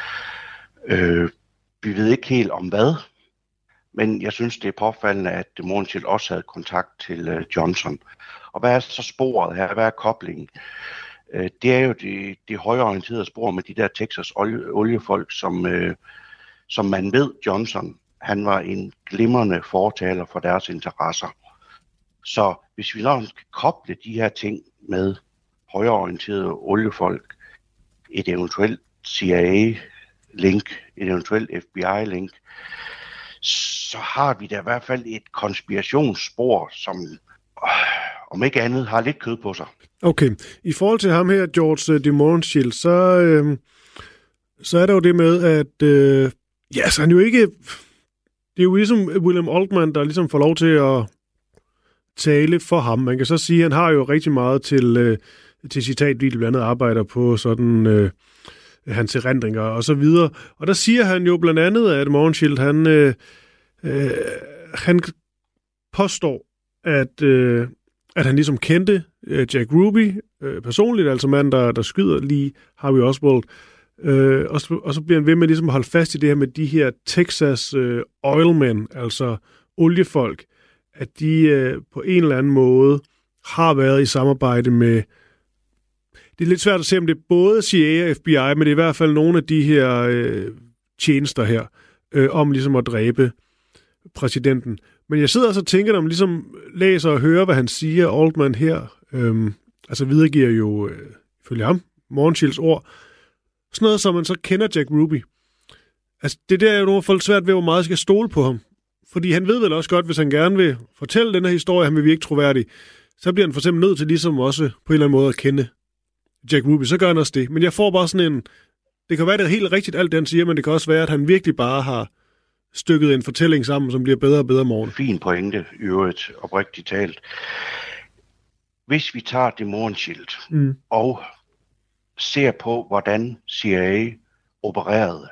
Vi ved ikke helt om hvad, men jeg synes, det er påfaldende, at de Mohrenschildt også havde kontakt til Johnson. Og hvad er så sporet her? Hvad er koblingen? Det er jo det højreorienterede spor med de der Texas oliefolk, som man ved, Johnson, han var en glimrende fortaler for deres interesser. Så hvis vi nok kan koble de her ting med højreorienterede oliefolk, et eventuelt CIA-link, et eventuelt FBI-link, så har vi da i hvert fald et konspirationsspor, som om ikke andet har lidt kød på sig. Okay. I forhold til ham her, George de Mohrenschildt, så er der jo det med, at så han jo ikke. Det er jo ligesom William Oltmann, der ligesom får lov til at tale for ham. Man kan så sige, at han har jo rigtig meget til citatvideo, blandt andet arbejder på sådan hans erindringer og så videre. Og der siger han jo blandt andet, at Mohrenschildt, han påstår, at han ligesom kendte Jack Ruby personligt, altså manden, der skyder lige Harvey Oswald. Og så bliver han ved med ligesom at holde fast i det her med de her Texas oilmen, altså oliefolk, at de på en eller anden måde har været i samarbejde med. Det er lidt svært at se, om det er både CIA og FBI, men det er i hvert fald nogle af de her tjenester her, om ligesom at dræbe præsidenten. Men jeg sidder også og tænker, når man ligesom læser og hører, hvad han siger, Oltmann her, altså videregiver jo, ifølge ham, Mohrenschildts ord, sådan noget, som man så kender Jack Ruby. Altså, det der er jo nogle folk svært ved, hvor meget skal stole på ham. Fordi han ved vel også godt, hvis han gerne vil fortælle den her historie, han vil virke troværdig, så bliver han for eksempel nødt til ligesom også på en eller anden måde at kende Jack Ruby. Så gør han også det. Men jeg får bare sådan en... Det kan være, det er helt rigtigt, alt det han siger, men det kan også være, at han virkelig bare har stykket en fortælling sammen, som bliver bedre og bedre morgen. Fin pointe, i øvrigt, oprigtigt talt. Hvis vi tager DeMoran Shield og ser på, hvordan CIA opererede,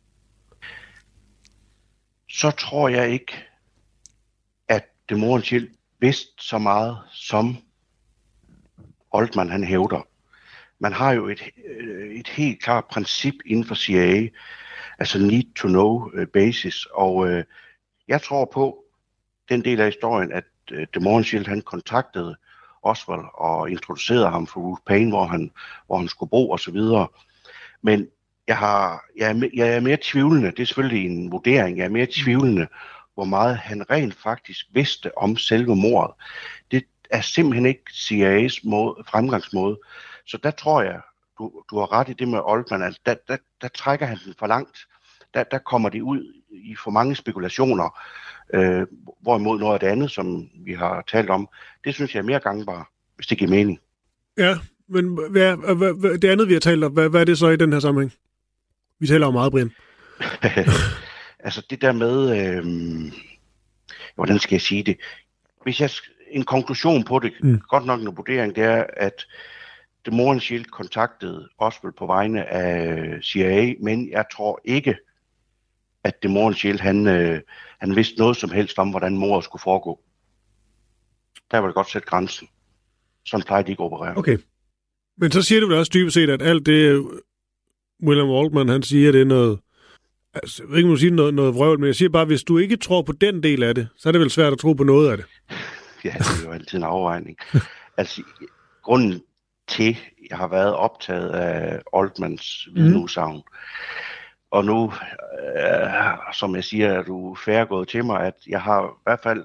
så tror jeg ikke, at DeMoran Shield vidste så meget, som Altman han hævder. Man har jo et helt klart princip inden for CIA, altså need to know basis, og jeg tror på den del af historien, at DeMoran Shield han kontaktede Oswald og introducerede ham for Ruth Paine, hvor han skulle bo og så videre. Men jeg er mere tvivlende, det er selvfølgelig en vurdering, jeg er mere tvivlende, hvor meget han rent faktisk vidste om selve mordet. Det er simpelthen ikke CIA's fremgangsmåde. Så der tror jeg, du har ret i det med Altman, altså der trækker han den for langt. Der kommer de ud i for mange spekulationer, hvorimod noget af det andet, som vi har talt om, det synes jeg er mere gangbart, hvis det giver mening. Ja, men hvad, det andet, vi har talt om, hvad er det så i den her sammenhæng? Vi taler om meget, Brian. Altså det der med, hvordan skal jeg sige det? Hvis jeg en konklusion på det, godt nok en vurdering, det er, at DeMoran Shield kontaktede Oswald på vegne af CIA, men jeg tror ikke, at DeMoran Shield han vidste noget som helst om, hvordan mordet skulle foregå. Der var det godt sætte grænsen. Sådan plejer de ikke at operere. Okay. Men så siger du vel også dybest set, at alt det, William Altman, han siger, det er noget, altså, jeg ved ikke, om du siger noget vrøvl, men jeg siger bare, hvis du ikke tror på den del af det, så er det vel svært at tro på noget af det. Ja, det er jo altid en afvejning. Altså, grunden til, jeg har været optaget af Altmans vidneudsagn, og nu, som jeg siger, er du gået til mig, at jeg har i hvert fald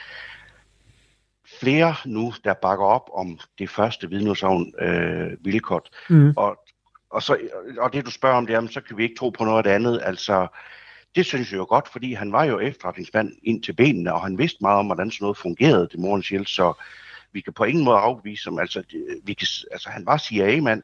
flere nu, der bakker op om det første vidneudsagn, Wilcott. Og det du spørger om det, jamen, så kan vi ikke tro på noget af det andet. Altså, det synes jeg jo godt, fordi han var jo efterretningsmand ind til benene, og han vidste meget om, hvordan sådan noget fungerede, DeMoran Shield, så vi kan på ingen måde afvise ham. Altså, han var CIA-mand,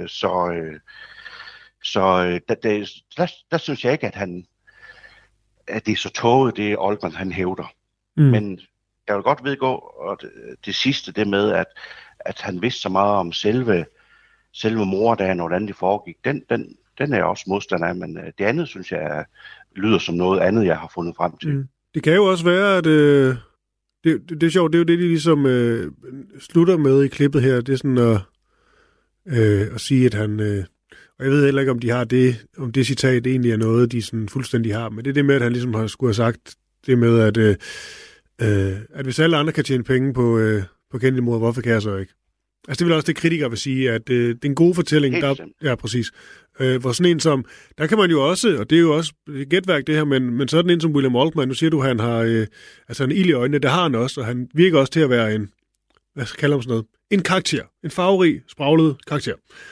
der synes jeg ikke, at det er så tåget, det Altman han hævder. Men jeg vil godt vedgå, og det sidste, det med, at han vidste så meget om selve mordagen, og hvordan det foregik, den er jeg også modstander af, men det andet, synes jeg, lyder som noget andet, jeg har fundet frem til. Det kan jo også være, at det er sjovt, det er jo det, de ligesom slutter med i klippet her, det er sådan at sige, at han, og jeg ved heller ikke, om de har det, om det citat egentlig er noget, de sådan fuldstændig har, men det er det med, at han ligesom skulle have sagt det med, at hvis alle andre kan tjene penge på Kennedy-mordet, hvorfor kan jeg så ikke? Altså det vil også det, kritikere vil sige, at det er en god fortælling. Ja, præcis. Hvor sådan en som, der kan man jo også, og det er jo også gætværk det her, men sådan en som William Altman, nu siger du, han har en ild i øjnene, det har han også, og han virker også til at være en, hvad skal jeg kalde ham sådan noget, en karakter, en farverig, spraglet karakter.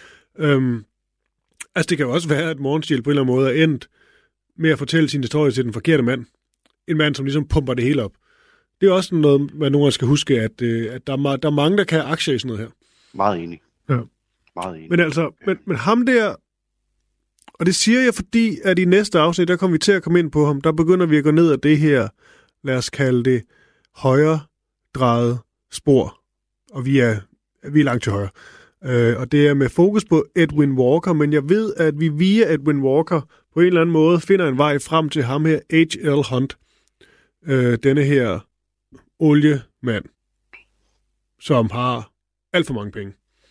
Altså det kan jo også være, at Morgenstiel på en eller anden måde er endt med at fortælle sin historie til den forkerte mand. En mand, som ligesom pumper det hele op. Det er også noget, man nogle gange skal huske, at der er mange, der kan have aktier i sådan noget her. Meget enig. Ja. Meget enig. Men altså, men ham der, og det siger jeg, fordi at i næste afsnit, der kommer vi til at komme ind på ham, der begynder vi at gå ned ad det her, lad os kalde det, højre-drejet spor. Og vi er langt til højre. Og det er med fokus på Edwin Walker, men jeg ved, at vi via Edwin Walker på en eller anden måde finder en vej frem til ham her, H.L. Hunt. Denne her oliemand, som har alt for mange penge.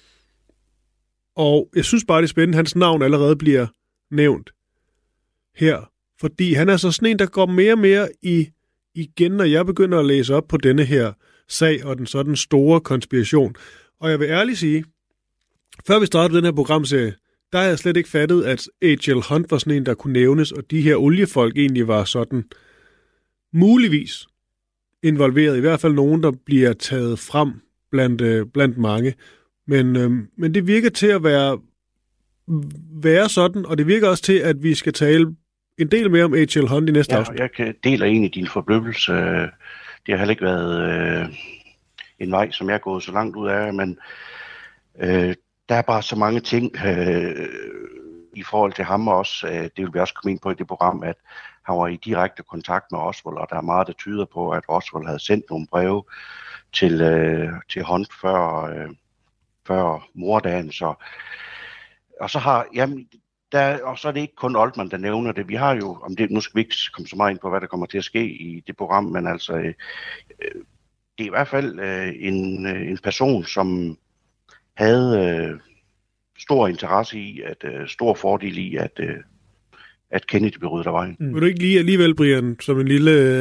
Og jeg synes bare, det er spændende, hans navn allerede bliver nævnt her, fordi han er så sådan en, der går mere og mere igen, når jeg begynder at læse op på denne her sag og den sådan store konspiration. Og jeg vil ærligt sige, før vi startede den her programserie, der har jeg slet ikke fattet, at H.L. Hunt var sådan en, der kunne nævnes, og de her oliefolk egentlig var sådan muligvis involveret, i hvert fald nogen, der bliver taget frem blandt mange. Men det virker til at være være sådan, og det virker også til, at vi skal tale en del mere om H.L. Hunt i næste afsnit. Jeg deler egentlig din forbløffelse. Det har heller ikke været en vej, som jeg er gået så langt ud af, men der er bare så mange ting i forhold til ham også. Det vil vi også komme ind på i det program, at han var i direkte kontakt med Oswald, og der er meget, der tyder på, at Oswald havde sendt nogle breve til Hunt før morddagen. Og så er det ikke kun Altman, der nævner det. Vi har jo, nu skal vi ikke komme så meget ind på, hvad der kommer til at ske i det program, men altså, det er i hvert fald en person, som havde stor interesse i, stor fordel i, at Kennedy blev ryddet af vejen. Vil du ikke lige alligevel, Brian, som en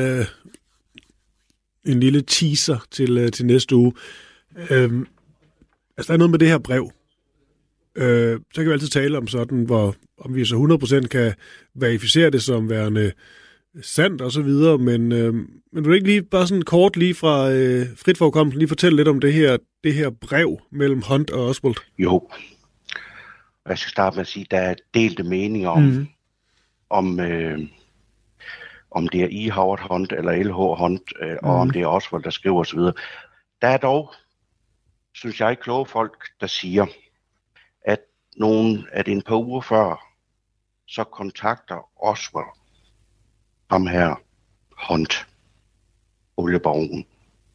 lille teaser til næste uge? Altså, der er noget med det her brev. Så kan vi altid tale om sådan, om vi så 100% kan verificere det som værende sandt og så videre, men vil du ikke lige bare sådan kort lige fra frit forkommelsen lige fortælle lidt om det her brev mellem Hunt og Oswald? Jo. Jeg skal starte med at sige, at der er delte meninger om det er E. Howard Hunt eller L.H. Hunt, og om det er Oswald, der skriver osv. Der er dog, synes jeg, kloge folk, der siger, at en par uger før, så kontakter Oswald ham her Hunt, oliebaronen,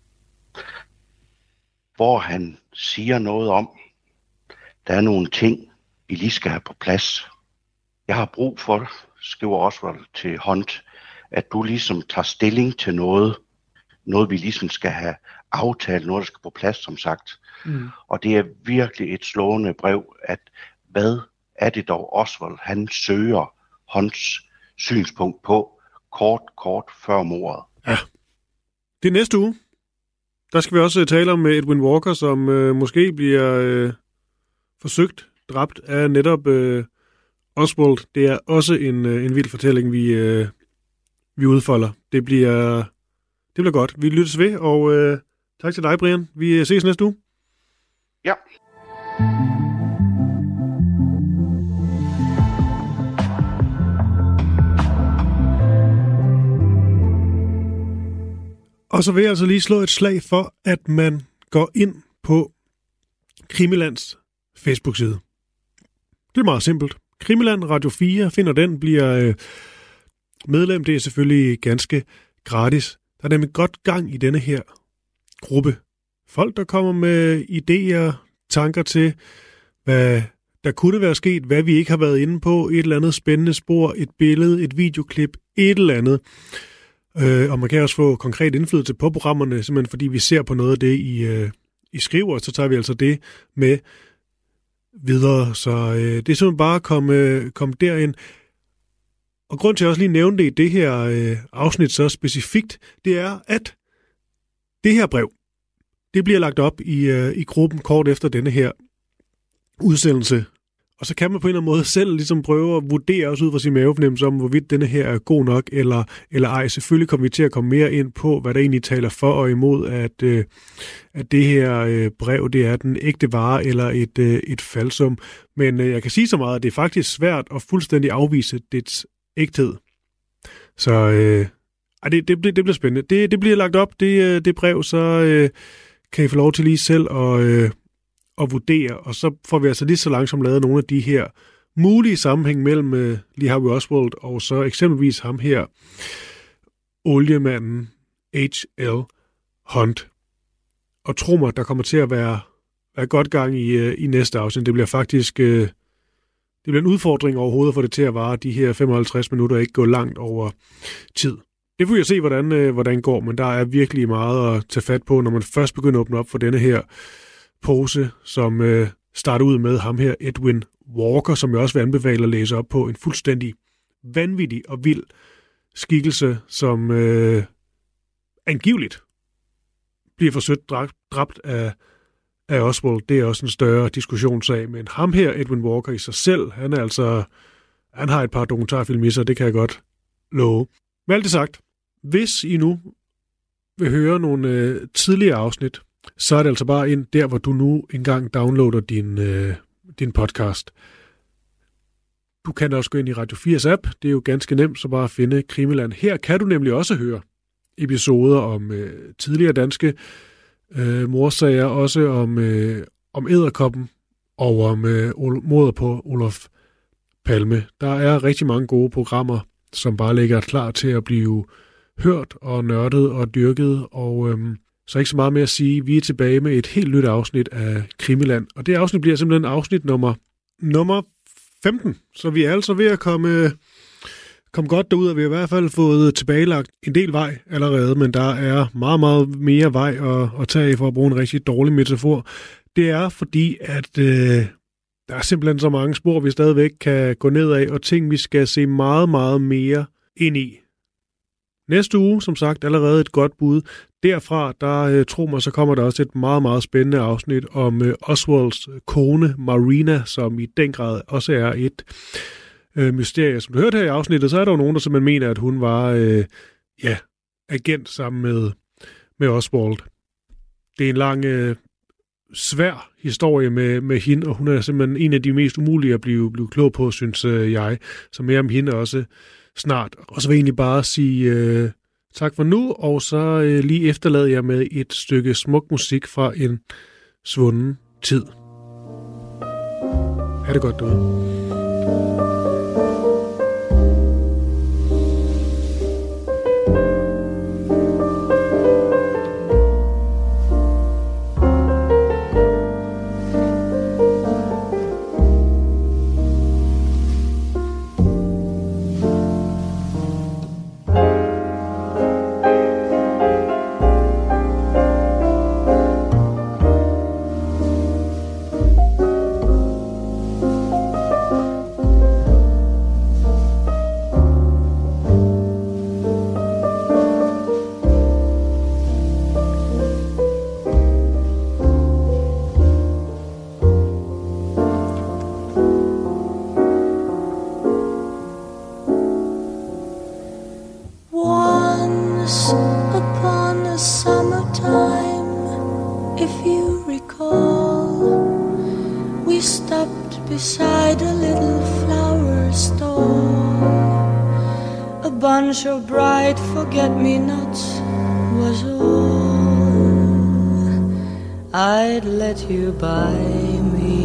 hvor han siger noget om, der er nogle ting, vi lige skal have på plads. Jeg har brug for, skriver Oswald til Hunt, at du ligesom tager stilling til noget vi ligesom skal have aftalt, noget der skal på plads, som sagt. Og det er virkelig et slående brev, at hvad er det dog Oswald, han søger Hunts synspunkt på kort før mordet. Ja. Det næste uge, der skal vi også tale om Edwin Walker, som måske bliver forsøgt dræbt af netop Oswald. Det er også en vild fortælling, vi udfolder. Det bliver godt. Vi lyttes ved, og tak til dig, Brian. Vi ses næste uge. Ja. Og så vil jeg altså lige slå et slag for, at man går ind på Krimilands Facebook-side. Det er meget simpelt. Krimiland Radio 4, finder den, bliver medlem. Det er selvfølgelig ganske gratis. Der er nemlig godt gang i denne her gruppe. Folk, der kommer med idéer, tanker til, hvad der kunne være sket, hvad vi ikke har været inde på, et eller andet spændende spor, et billede, et videoklip, et eller andet. Og man kan også få konkret indflydelse på programmerne, simpelthen fordi vi ser på noget af det, I skriver, så tager vi altså det med videre. Så det er simpelthen bare at komme derind. Og grund til at jeg også lige nævne det i det her afsnit så specifikt, det er, at det her brev, det bliver lagt op i gruppen kort efter denne her udsendelse. Og så kan man på en eller anden måde selv ligesom prøve at vurdere også ud fra sin mavefornemmelse om, hvorvidt denne her er god nok eller ej. Selvfølgelig kommer vi til at komme mere ind på, hvad der egentlig taler for og imod, at det her brev, det er den ægte vare eller et falsum. Men jeg kan sige så meget, at det er faktisk svært at fuldstændig afvise dets ægthed. Så det bliver spændende. Det bliver lagt op, det brev, så kan I få lov til lige selv at vurdere, og så får vi altså lige så langsomt lavet nogle af de her mulige sammenhæng mellem Lee Harvey Oswald og så eksempelvis ham her, oliemanden H.L. Hunt. Og tro mig, der kommer til at være godt gang i næste afsnit. Det bliver faktisk det bliver en udfordring overhovedet for det til at vare de her 55 minutter og ikke gå langt over tid. Det får jeg se, hvordan går, men der er virkelig meget at tage fat på, når man først begynder at åbne op for denne her pose, som starter ud med ham her, Edwin Walker, som jeg også vil anbefale at læse op på. En fuldstændig vanvittig og vild skikkelse, som angiveligt bliver forsøgt dræbt af Oswald. Det er også en større diskussionssag, men ham her, Edwin Walker i sig selv, han har et par dokumentarfilm i sig, det kan jeg godt love. Med alt det sagt, hvis I nu vil høre nogle tidligere afsnit, så er det altså bare ind der, hvor du nu engang downloader din podcast. Du kan også gå ind i Radio 4's app. Det er jo ganske nemt, så bare at finde Krimiland. Her kan du nemlig også høre episoder om tidligere danske mordsager, også om Edderkoppen og om mordet på Olof Palme. Der er rigtig mange gode programmer, som bare ligger klar til at blive hørt og nørdet og dyrket, og så ikke så meget mere at sige. Vi er tilbage med et helt nyt afsnit af Krimiland, og det afsnit bliver simpelthen afsnit nummer 15, så vi er altså ved at komme godt derud, og vi har i hvert fald fået tilbagelagt en del vej allerede, men der er meget, meget mere vej at tage for at bruge en rigtig dårlig metafor. Det er fordi, at der er simpelthen så mange spor, vi stadigvæk kan gå ned af, og ting, vi skal se meget, meget mere ind i. Næste uge, som sagt, allerede et godt bud. Derfra, der tro mig, så kommer der også et meget, meget spændende afsnit om Oswalds kone, Marina, som i den grad også er et mysterie. Som du hørte her i afsnittet, så er der jo nogen, der simpelthen mener, at hun var agent sammen med Oswald. Det er en lang, svær historie med hende, og hun er simpelthen en af de mest umulige at blive klog på, synes jeg. Så mere om hende også snart. Og så vil jeg egentlig bare sige tak for nu, og så lige efterlader jeg med et stykke smuk musik fra en svunden tid. Ha' det godt derude. beside a little flower store. A bunch of bright forget-me-nots was all I'd let you buy me.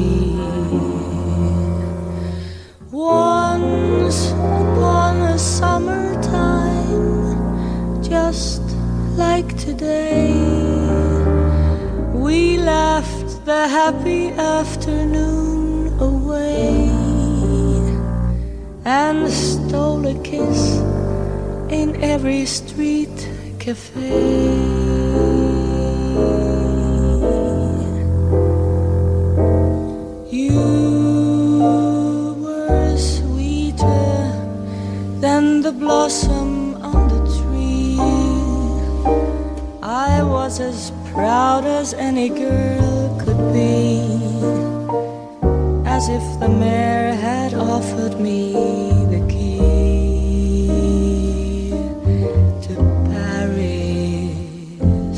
Once upon a summertime, just like today, we laughed the happy afternoon away and stole a kiss in every street cafe. You were sweeter than the blossom on the tree. I was as proud as any girl could be, as if the mayor had offered me the key to Paris.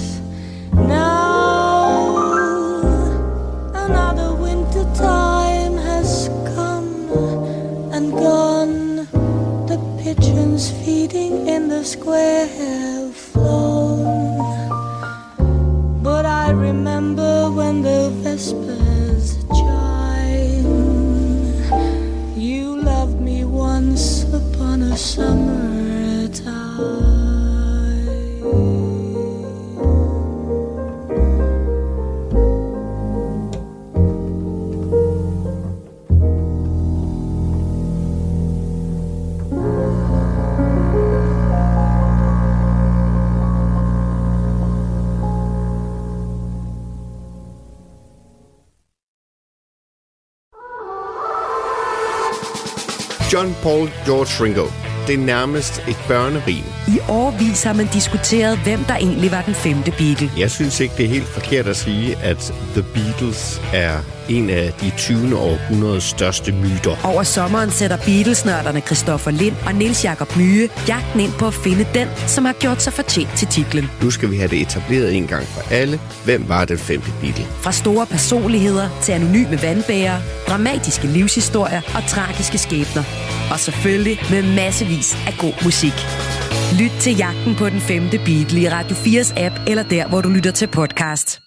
Now another winter time has come and gone. The pigeons feeding in the square have flown, but I remember when the vespers once upon a summertime. John Paul George Ringo. Det er nærmest et børnerim. I årevis har man diskuteret, hvem der egentlig var den femte Beatle. Jeg synes ikke, det er helt forkert at sige, at The Beatles er en af de 20. århundredes største myter. Over sommeren sætter Beatles-nørderne Christoffer Lind og Niels Jakob Myhe jagten ind på at finde den, som har gjort sig fortjent til titlen. Nu skal vi have det etableret en gang for alle. Hvem var den 5. Beatle? Fra store personligheder til anonyme vandbærere, dramatiske livshistorier og tragiske skæbner. Og selvfølgelig med massevis af god musik. Lyt til Jagten på den 5. Beatle i Radio 4's app eller der, hvor du lytter til podcast.